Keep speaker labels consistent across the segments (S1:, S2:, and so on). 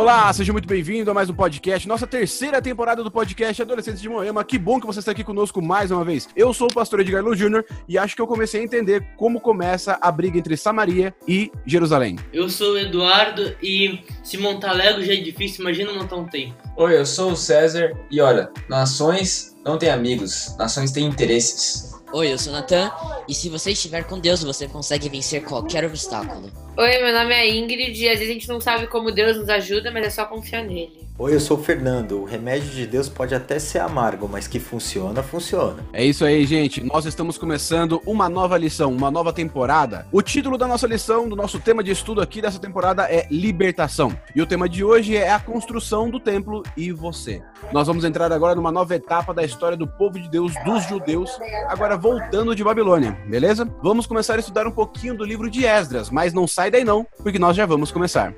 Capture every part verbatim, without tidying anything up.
S1: Olá, seja muito bem-vindo a mais um podcast, nossa terceira temporada do podcast Adolescentes de Moema. Que bom que você está aqui conosco mais uma vez. Eu sou o pastor Edgar Lu Júnior e acho que eu comecei a entender como começa a briga entre Samaria e Jerusalém.
S2: Eu sou o Eduardo e se montar Lego já é difícil, imagina montar um templo.
S3: Oi, eu sou o César e olha, nações não têm amigos, nações têm interesses.
S4: Oi, eu sou o Natan, e se você estiver com Deus, você consegue vencer qualquer obstáculo.
S5: Oi, meu nome é Ingrid, e às vezes a gente não sabe como Deus nos ajuda, mas é só confiar nele.
S6: Oi, eu sou o Fernando. O remédio de Deus pode até ser amargo, mas que funciona, funciona.
S1: É isso aí, gente. Nós estamos começando uma nova lição, uma nova temporada. O título da nossa lição, do nosso tema de estudo aqui dessa temporada é Libertação. E o tema de hoje é a construção do templo e você. Nós vamos entrar agora numa nova etapa da história do povo de Deus, dos judeus, agora voltando de Babilônia, beleza? Vamos começar a estudar um pouquinho do livro de Esdras, mas não sai daí não, porque nós já vamos começar.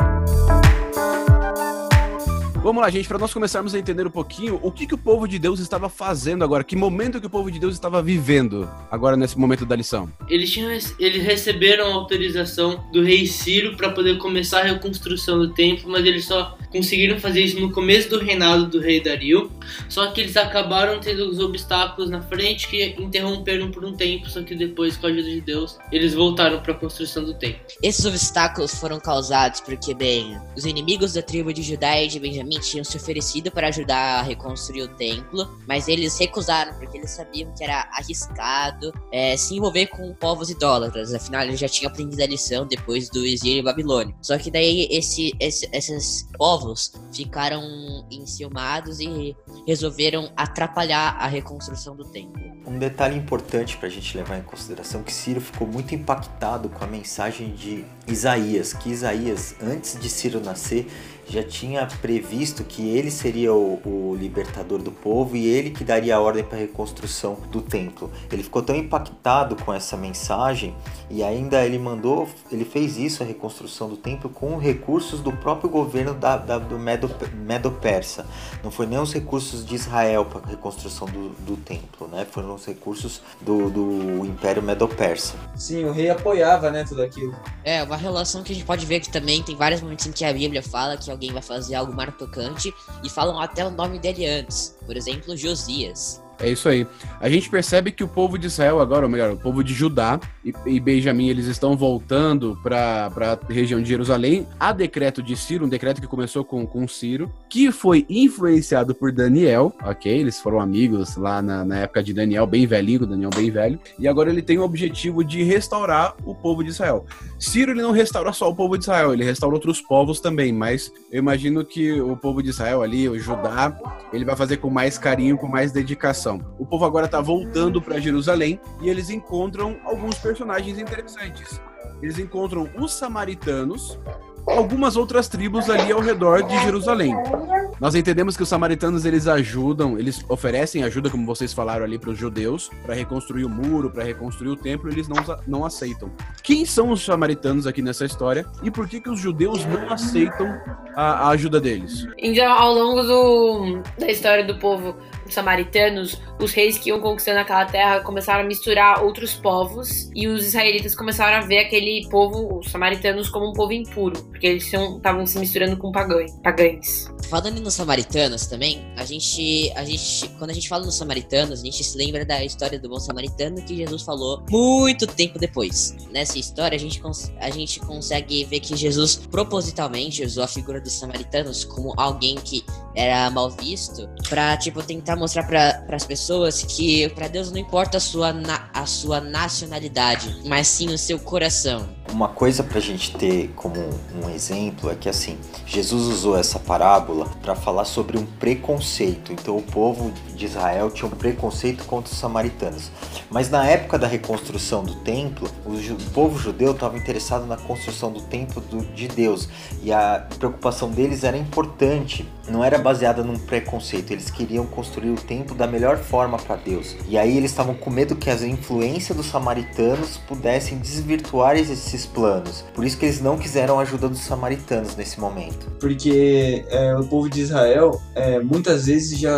S1: Vamos lá, gente, para nós começarmos a entender um pouquinho o que, que o povo de Deus estava fazendo agora, que momento que o povo de Deus estava vivendo agora nesse momento da lição.
S2: Eles, tinham, eles receberam a autorização do rei Ciro para poder começar a reconstrução do templo, mas eles só conseguiram fazer isso no começo do reinado do rei Dario, só que eles acabaram tendo os obstáculos na frente que interromperam por um tempo, só que depois, com a ajuda de Deus, eles voltaram para a construção do templo.
S4: Esses obstáculos foram causados porque, bem, os inimigos da tribo de Judá e de Benjamim tinham se oferecido para ajudar a reconstruir o templo, mas eles recusaram porque eles sabiam que era arriscado é, se envolver com povos idólatras, afinal eles já tinham aprendido a lição depois do exílio babilônico. Só que daí esse, esse, esses povos ficaram enciumados e resolveram atrapalhar a reconstrução do templo.
S6: Um detalhe importante para a gente levar em consideração é que Ciro ficou muito impactado com a mensagem de Isaías, que Isaías, antes de Ciro nascer, já tinha previsto que ele seria o, o libertador do povo e ele que daria a ordem para a reconstrução do templo. Ele ficou tão impactado com essa mensagem e ainda ele mandou, ele fez isso, a reconstrução do templo, com recursos do próprio governo da, da, do Medo, Medo-Persa. Não foi nem os recursos de Israel para a reconstrução do, do templo, né? Foram os recursos do, do Império Medo-Persa.
S3: Sim, o rei apoiava, né, tudo aquilo.
S4: É, uma relação que a gente pode ver que também tem vários momentos em que a Bíblia fala que alguém vai fazer algo marcante e falam até o nome dele antes. Por exemplo, Josias.
S1: É isso aí. A gente percebe que o povo de Israel agora, ou melhor, o povo de Judá e, e Benjamim, eles estão voltando para a região de Jerusalém a decreto de Ciro, um decreto que começou com, com Ciro, que foi influenciado por Daniel, ok? Eles foram amigos lá na, na época de Daniel, bem velhinho, Daniel bem velho, e agora ele tem o objetivo de restaurar o povo de Israel. Ciro, ele não restaura só o povo de Israel, ele restaura outros povos também, mas eu imagino que o povo de Israel ali, o Judá, ele vai fazer com mais carinho, com mais dedicação. O povo agora está voltando para Jerusalém e eles encontram alguns personagens interessantes. Eles encontram os samaritanos, algumas outras tribos ali ao redor de Jerusalém. Nós entendemos que os samaritanos, eles ajudam, eles oferecem ajuda, como vocês falaram ali, para os judeus, para reconstruir o muro, para reconstruir o templo, eles não, não aceitam. Quem são os samaritanos aqui nessa história e por que que os judeus não aceitam a, a ajuda deles?
S5: Então, ao longo do, da história do povo samaritanos, os reis que iam conquistando aquela terra começaram a misturar outros povos e os israelitas começaram a ver aquele povo, os samaritanos, como um povo impuro, porque eles estavam se misturando com pagães.
S4: Falando nos samaritanos também, a gente, a gente, quando a gente fala nos samaritanos, a gente se lembra da história do bom samaritano que Jesus falou muito tempo depois. Nessa história, a gente, cons- a gente consegue ver que Jesus propositalmente usou a figura dos samaritanos como alguém que era mal visto pra, tipo, tentar mostrar para as pessoas que para Deus não importa a sua, na- a sua nacionalidade, mas sim o seu coração.
S6: Uma coisa pra gente ter como um exemplo é que, assim, Jesus usou essa parábola para falar sobre um preconceito. Então o povo de Israel tinha um preconceito contra os samaritanos. Mas na época da reconstrução do templo, o, ju- o povo judeu estava interessado na construção do templo do, de Deus. E a preocupação deles era importante, não era baseada num preconceito. Eles queriam construir o templo da melhor forma para Deus. E aí eles estavam com medo que as influências dos samaritanos pudessem desvirtuar esses planos. Por isso que eles não quiseram a ajuda dos samaritanos nesse momento.
S3: Porque é, o povo de Israel é, muitas vezes já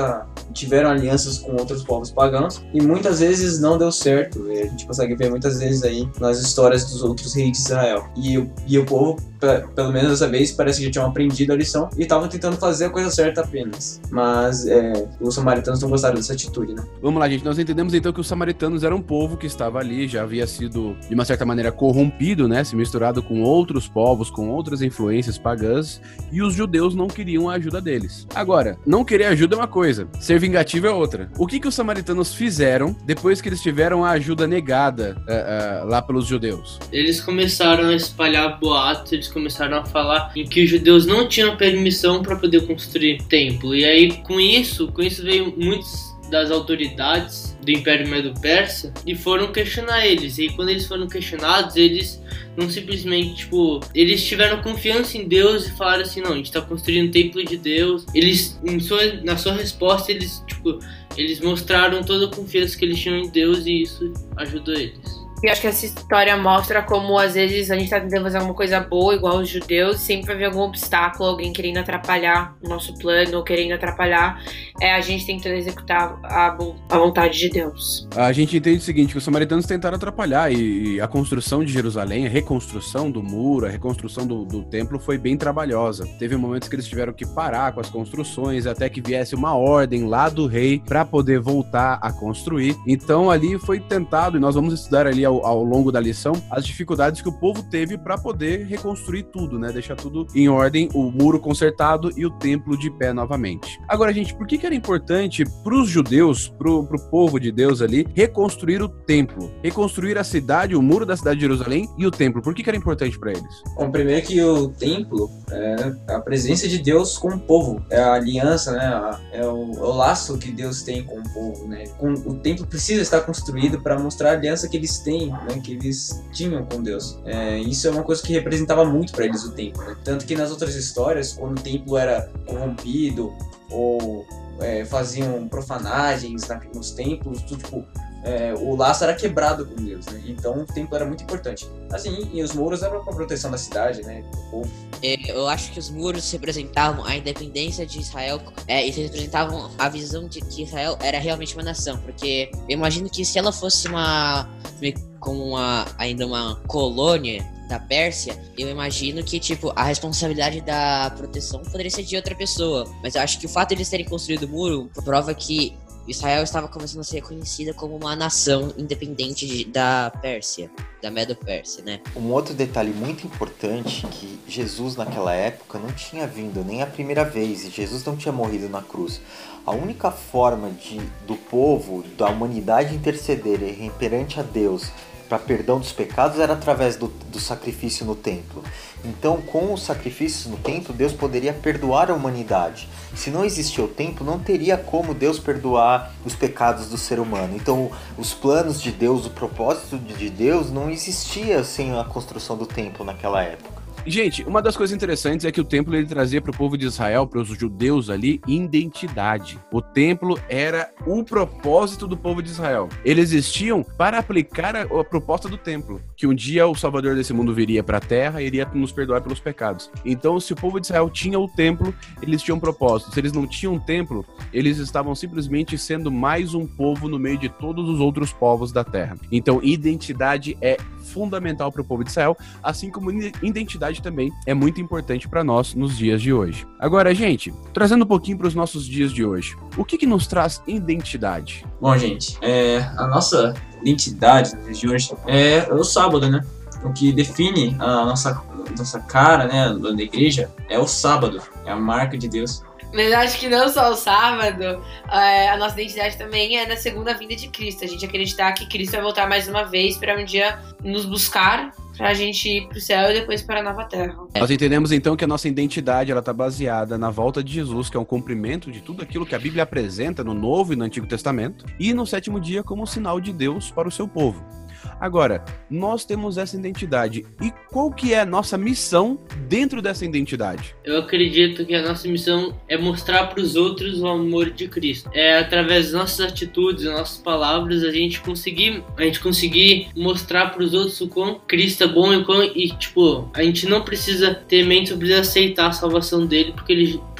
S3: tiveram alianças com outros povos pagãos e muitas vezes não deu certo. E a gente consegue ver muitas vezes aí nas histórias dos outros reis de Israel. E, e o povo, pelo menos dessa vez, parece que já tinham aprendido a lição e estavam tentando fazer a coisa certa apenas. Mas é, os samaritanos não gostaram dessa atitude, né?
S1: Vamos lá, gente. Nós entendemos então que os samaritanos eram um povo que estava ali, já havia sido, de uma certa maneira, corrompido, né? Se misturado com outros povos, com outras influências pagãs, e os judeus não queriam a ajuda deles. Agora, não querer ajuda é uma coisa, ser vingativo é outra. O que que os samaritanos fizeram depois que eles tiveram a ajuda negada uh, uh, lá pelos judeus?
S2: Eles começaram a espalhar boatos, eles começaram a falar em que os judeus não tinham permissão para poder construir templo. E aí, com isso, com isso veio muitos das autoridades do Império Medo-Persa e foram questionar eles. E quando eles foram questionados, eles não simplesmente, tipo, eles tiveram confiança em Deus e falaram assim, não, a gente tá construindo um templo de Deus. Eles, em sua, na sua resposta, eles, tipo, eles mostraram toda a confiança que eles tinham em Deus e isso ajudou eles.
S5: E acho que essa história mostra como, às vezes, a gente tá tentando fazer alguma coisa boa, igual os judeus, sempre vai haver algum obstáculo, alguém querendo atrapalhar o nosso plano, ou querendo atrapalhar é a gente tentando executar a, a vontade de Deus.
S1: A gente entende o seguinte, que os samaritanos tentaram atrapalhar e, e a construção de Jerusalém, a reconstrução do muro, a reconstrução do, do templo foi bem trabalhosa. Teve momentos que eles tiveram que parar com as construções, até que viesse uma ordem lá do rei para poder voltar a construir. Então ali foi tentado, e nós vamos estudar ali Ao, ao longo da lição, as dificuldades que o povo teve para poder reconstruir tudo, né? Deixar tudo em ordem, o muro consertado e o templo de pé novamente. Agora, gente, por que que era importante para os judeus, pro, pro povo de Deus ali, reconstruir o templo? Reconstruir a cidade, o muro da cidade de Jerusalém e o templo. Por que que era importante para eles?
S3: Bom, primeiro que o templo é a presença de Deus com o povo, é a aliança, né? É o, é o laço que Deus tem com o povo, né? Com, o templo precisa estar construído para mostrar a aliança que eles têm, né, que eles tinham com Deus. É, isso é uma coisa que representava muito para eles o templo, né? Tanto que nas outras histórias, quando o templo era corrompido ou é, faziam profanagens na, nos templos, tudo, tipo, é, o laço era quebrado com Deus, né? Então o templo era muito importante. Assim, e os muros eram para proteção da cidade, né? Do povo.
S4: Eu acho que os muros representavam a independência de Israel, é, e representavam a visão de que Israel era realmente uma nação, porque eu imagino que se ela fosse uma como uma, ainda uma colônia da Pérsia, eu imagino que, tipo, a responsabilidade da proteção poderia ser de outra pessoa, mas eu acho que o fato de eles terem construído o muro prova que Israel estava começando a ser reconhecida como uma nação independente de, da Pérsia, da Medo-Pérsia, né?
S6: Um outro detalhe muito importante, que Jesus naquela época não tinha vindo nem a primeira vez, e Jesus não tinha morrido na cruz. A única forma de, do povo, da humanidade interceder perante a Deus para perdão dos pecados era através do, do sacrifício no templo. Então, com os sacrifícios no templo, Deus poderia perdoar a humanidade. Se não existia o templo, não teria como Deus perdoar os pecados do ser humano. Então, os planos de Deus, o propósito de Deus não existia sem a construção do templo naquela época.
S1: Gente, uma das coisas interessantes é que o templo ele trazia para o povo de Israel, para os judeus ali, identidade. O templo era o propósito do povo de Israel. Eles existiam para aplicar a, a proposta do templo, que um dia o Salvador desse mundo viria para a terra e iria nos perdoar pelos pecados. Então, se o povo de Israel tinha o templo, eles tinham um propósito. Se eles não tinham um templo, eles estavam simplesmente sendo mais um povo no meio de todos os outros povos da terra. Então, identidade é fundamental para o povo de Israel, assim como identidade também é muito importante para nós nos dias de hoje. Agora, gente, trazendo um pouquinho para os nossos dias de hoje, o que que nos traz identidade?
S3: Bom, gente, é, a nossa identidade nos dias de hoje é o sábado, né? O que define a nossa, nossa cara, né, da igreja é o sábado, é a marca de Deus.
S5: Mas acho que não só o sábado, é, a nossa identidade também é na segunda vinda de Cristo. A gente acreditar que Cristo vai voltar mais uma vez para um dia nos buscar, pra gente ir pro céu e depois para a nova terra.
S1: Nós entendemos então que a nossa identidade ela tá baseada na volta de Jesus, que é um cumprimento de tudo aquilo que a Bíblia apresenta no Novo e no Antigo Testamento, e no sétimo dia como sinal de Deus para o seu povo. Agora, nós temos essa identidade. E qual que é a nossa missão dentro dessa identidade?
S2: Eu acredito que a nossa missão é mostrar para os outros o amor de Cristo. É através das nossas atitudes, das nossas palavras, a gente conseguir, a gente conseguir mostrar para os outros o quão Cristo é bom e, quão, e tipo, a gente não precisa ter mente, precisa aceitar a salvação dele, porque ele,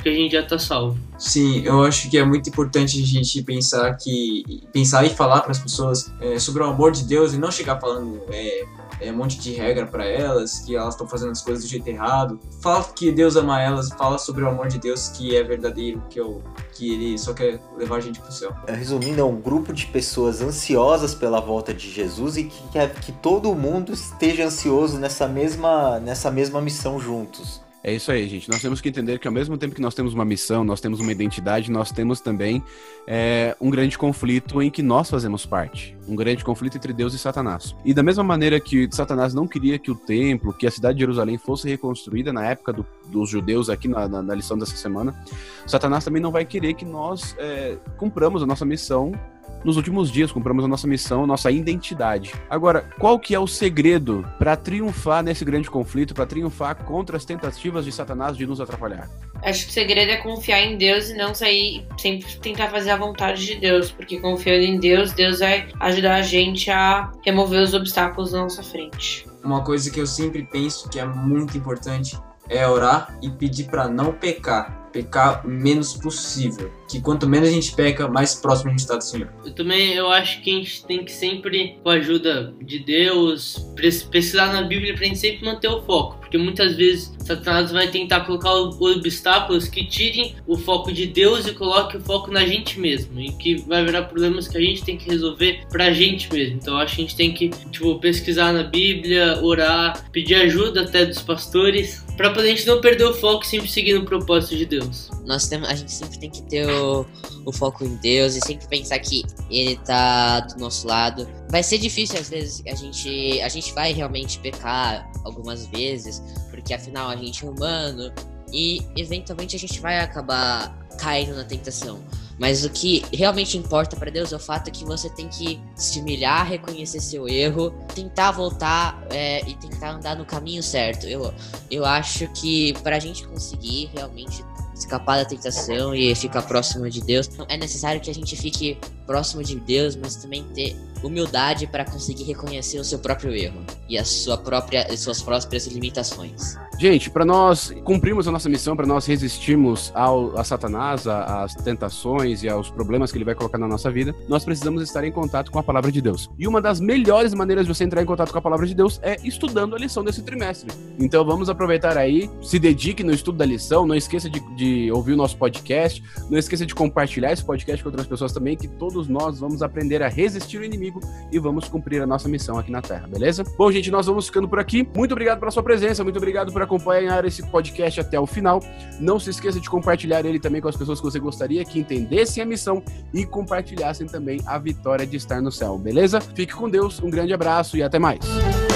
S2: porque a gente já tá salvo.
S3: Sim, eu acho que é muito importante a gente pensar que pensar e falar para as pessoas é, sobre o amor de Deus e não chegar falando é, é, um monte de regra para elas, que elas estão fazendo as coisas do jeito errado. Fala que Deus ama elas, fala sobre o amor de Deus que é verdadeiro, que, eu, que ele só quer levar a gente pro céu.
S6: Resumindo, é um grupo de pessoas ansiosas pela volta de Jesus e que quer que todo mundo esteja ansioso nessa mesma, nessa mesma missão juntos.
S1: É isso aí, gente. Nós temos que entender que ao mesmo tempo que nós temos uma missão, nós temos uma identidade, nós temos também é, um grande conflito em que nós fazemos parte. Um grande conflito entre Deus e Satanás. E da mesma maneira que Satanás não queria que o templo, que a cidade de Jerusalém fosse reconstruída na época do, dos judeus aqui na, na, na lição dessa semana, Satanás também não vai querer que nós é, cumpramos a nossa missão nos últimos dias, compramos a nossa missão, a nossa identidade. Agora, qual que é o segredo para triunfar nesse grande conflito, para triunfar contra as tentativas de Satanás de nos atrapalhar?
S5: Acho que o segredo é confiar em Deus e não sair, sempre tentar fazer a vontade de Deus, porque confiando em Deus, Deus vai ajudar a gente a remover os obstáculos na nossa frente.
S3: Uma coisa que eu sempre penso que é muito importante é orar e pedir para não pecar. Pecar o menos possível. Que quanto menos a gente peca, mais próximo a gente está do Senhor.
S2: Eu também eu acho que a gente tem que sempre, com a ajuda de Deus, pesquisar na Bíblia pra gente sempre manter o foco. Porque muitas vezes Satanás vai tentar colocar obstáculos que tirem o foco de Deus e coloquem o foco na gente mesmo. E que vai virar problemas que a gente tem que resolver pra gente mesmo. Então eu acho que a gente tem que tipo, pesquisar na Bíblia, orar, pedir ajuda até dos pastores, pra poder a gente não perder o foco e sempre seguir no propósito de Deus.
S4: Nós temos, a gente sempre tem que ter o, o foco em Deus e sempre pensar que Ele tá do nosso lado. Vai ser difícil às vezes, a gente, a gente vai realmente pecar algumas vezes, porque afinal a gente é humano e eventualmente a gente vai acabar caindo na tentação. Mas o que realmente importa para Deus é o fato que você tem que se humilhar, reconhecer seu erro, tentar voltar é, e tentar andar no caminho certo. Eu, eu acho que para a gente conseguir realmente escapar da tentação e ficar próximo de Deus, é necessário que a gente fique próximo de Deus, mas também ter humildade para conseguir reconhecer o seu próprio erro e a sua própria, as suas próprias limitações.
S1: Gente, para nós cumprirmos a nossa missão, para nós resistirmos ao, a Satanás, a, às tentações e aos problemas que ele vai colocar na nossa vida, nós precisamos estar em contato com a Palavra de Deus. E uma das melhores maneiras de você entrar em contato com a Palavra de Deus é estudando a lição desse trimestre. Então vamos aproveitar aí, se dedique no estudo da lição, não esqueça de, de ouvir o nosso podcast, não esqueça de compartilhar esse podcast com outras pessoas também, que todos nós vamos aprender a resistir o inimigo e vamos cumprir a nossa missão aqui na Terra, beleza? Bom, gente, nós vamos ficando por aqui. Muito obrigado pela sua presença, muito obrigado por acompanhar esse podcast até o final. Não se esqueça de compartilhar ele também com as pessoas que você gostaria que entendessem a missão e compartilhassem também a vitória de estar no céu, beleza? Fique com Deus, um grande abraço e até mais.